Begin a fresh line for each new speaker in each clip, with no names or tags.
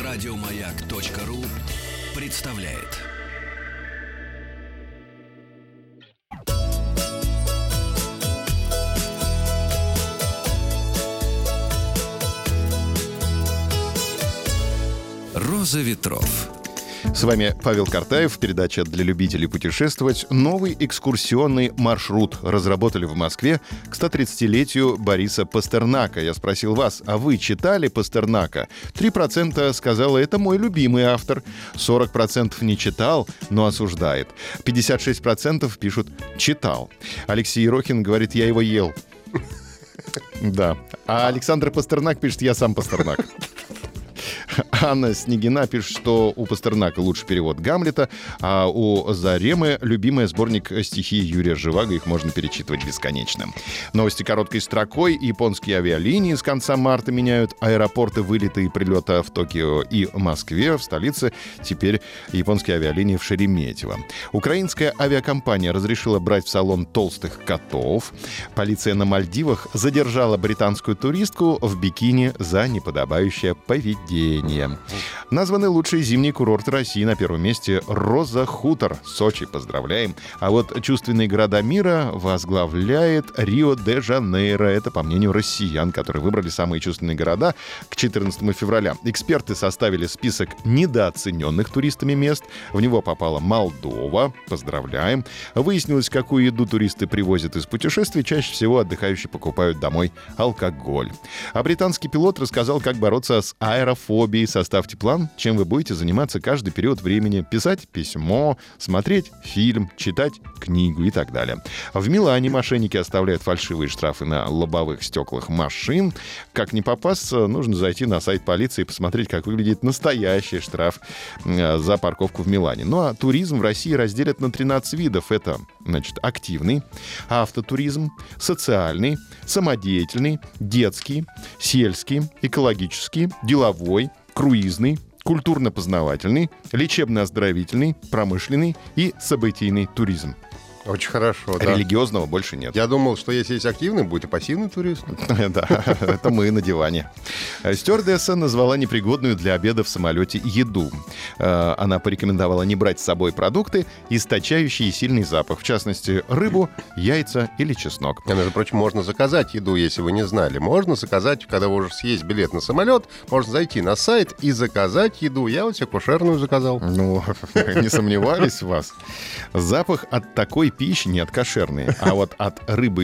Радиомаяк.ру представляет. Роза ветров.
С вами Павел Картаев, передача для любителей путешествовать. Новый экскурсионный маршрут разработали в Москве к 130-летию Бориса Пастернака. Я спросил вас, а вы читали Пастернака? 3% сказало, это мой любимый автор. 40% не читал, но осуждает. 56% пишут, читал. Алексей Ерохин говорит, я его ел. Да. А Александр Пастернак пишет, я сам Пастернак. Анна Снегина пишет, что у Пастернака лучший перевод Гамлета, а у Заремы любимый сборник стихий Юрия Живаго. Их можно перечитывать бесконечно. Новости короткой строкой. Японские авиалинии с конца марта меняют аэропорты вылета и прилета в Токио и Москве. В столице теперь японские авиалинии в Шереметьево. Украинская авиакомпания разрешила брать в салон толстых котов. Полиция на Мальдивах задержала британскую туристку в бикини за неподобающее поведение. Названы лучшие зимние курорты России. На первом месте Роза Хутор, Сочи. Поздравляем. А вот чувственные города мира возглавляет Рио-де-Жанейро. Это по мнению россиян, которые выбрали самые чувственные города к 14 февраля. Эксперты составили список недооцененных туристами мест. В него попала Молдова. Поздравляем. Выяснилось, какую еду туристы привозят из путешествий. Чаще всего отдыхающие покупают домой алкоголь. А британский пилот рассказал, как бороться с аэрофобией. Составьте план, чем вы будете заниматься каждый период времени. Писать письмо, смотреть фильм, читать книгу и так далее. В Милане мошенники оставляют фальшивые штрафы на лобовых стеклах машин. Как не попасться, нужно зайти на сайт полиции и посмотреть, как выглядит настоящий штраф за парковку в Милане. Ну а туризм в России разделят на 13 видов. Это, значит, активный, автотуризм, социальный, самодеятельный, детский, сельский, экологический, деловой, круизный, культурно-познавательный, лечебно-оздоровительный, промышленный и событийный туризм.
Очень хорошо, да.
Религиозного больше нет.
Я думал, что если есть активный, будет и пассивный турист.
Да, это мы на диване. Стюардесса назвала непригодную для обеда в самолете еду. Она порекомендовала не брать с собой продукты, источающие сильный запах. В частности, рыбу, яйца или чеснок.
Между прочим, можно заказать еду, если вы не знали. Можно заказать, когда вы уже съесть билет на самолет, можно зайти на сайт и заказать еду. Я вот себе кошерную заказал.
Ну, не сомневались в вас. Запах от такой пищи, не от кошерной, а вот от рыбы,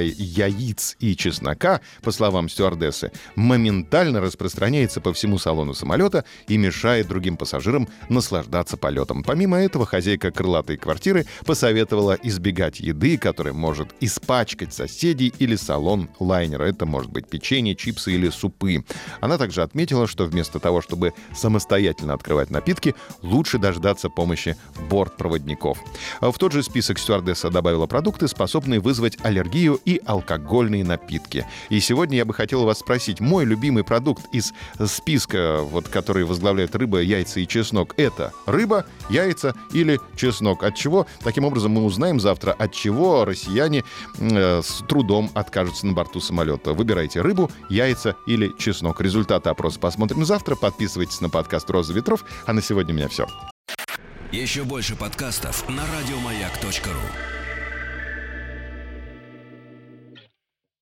яиц и чеснока, по словам стюардессы, моментально распространяется по всему салону самолета и мешает другим пассажирам наслаждаться полетом. Помимо этого, хозяйка крылатой квартиры посоветовала избегать еды, которая может испачкать соседей или салон лайнера. Это может быть печенье, чипсы или супы. Она также отметила, что вместо того, чтобы самостоятельно открывать напитки, лучше дождаться помощи бортпроводников. В тот же список стюардесса добавила продукты, способные вызвать аллергию и алкогольные напитки. И сегодня я бы хотел вас спросить, мой любимый продукт из списка, вот, который возглавляет рыба, яйца и чеснок, это рыба, яйца или чеснок? От чего? Таким образом, мы узнаем завтра, от чего россияне с трудом откажутся на борту самолета. Выбирайте рыбу, яйца или чеснок. Результаты опроса посмотрим завтра. Подписывайтесь на подкаст «Роза ветров». А на сегодня у меня все.
Еще больше подкастов на радиомаяк.ру.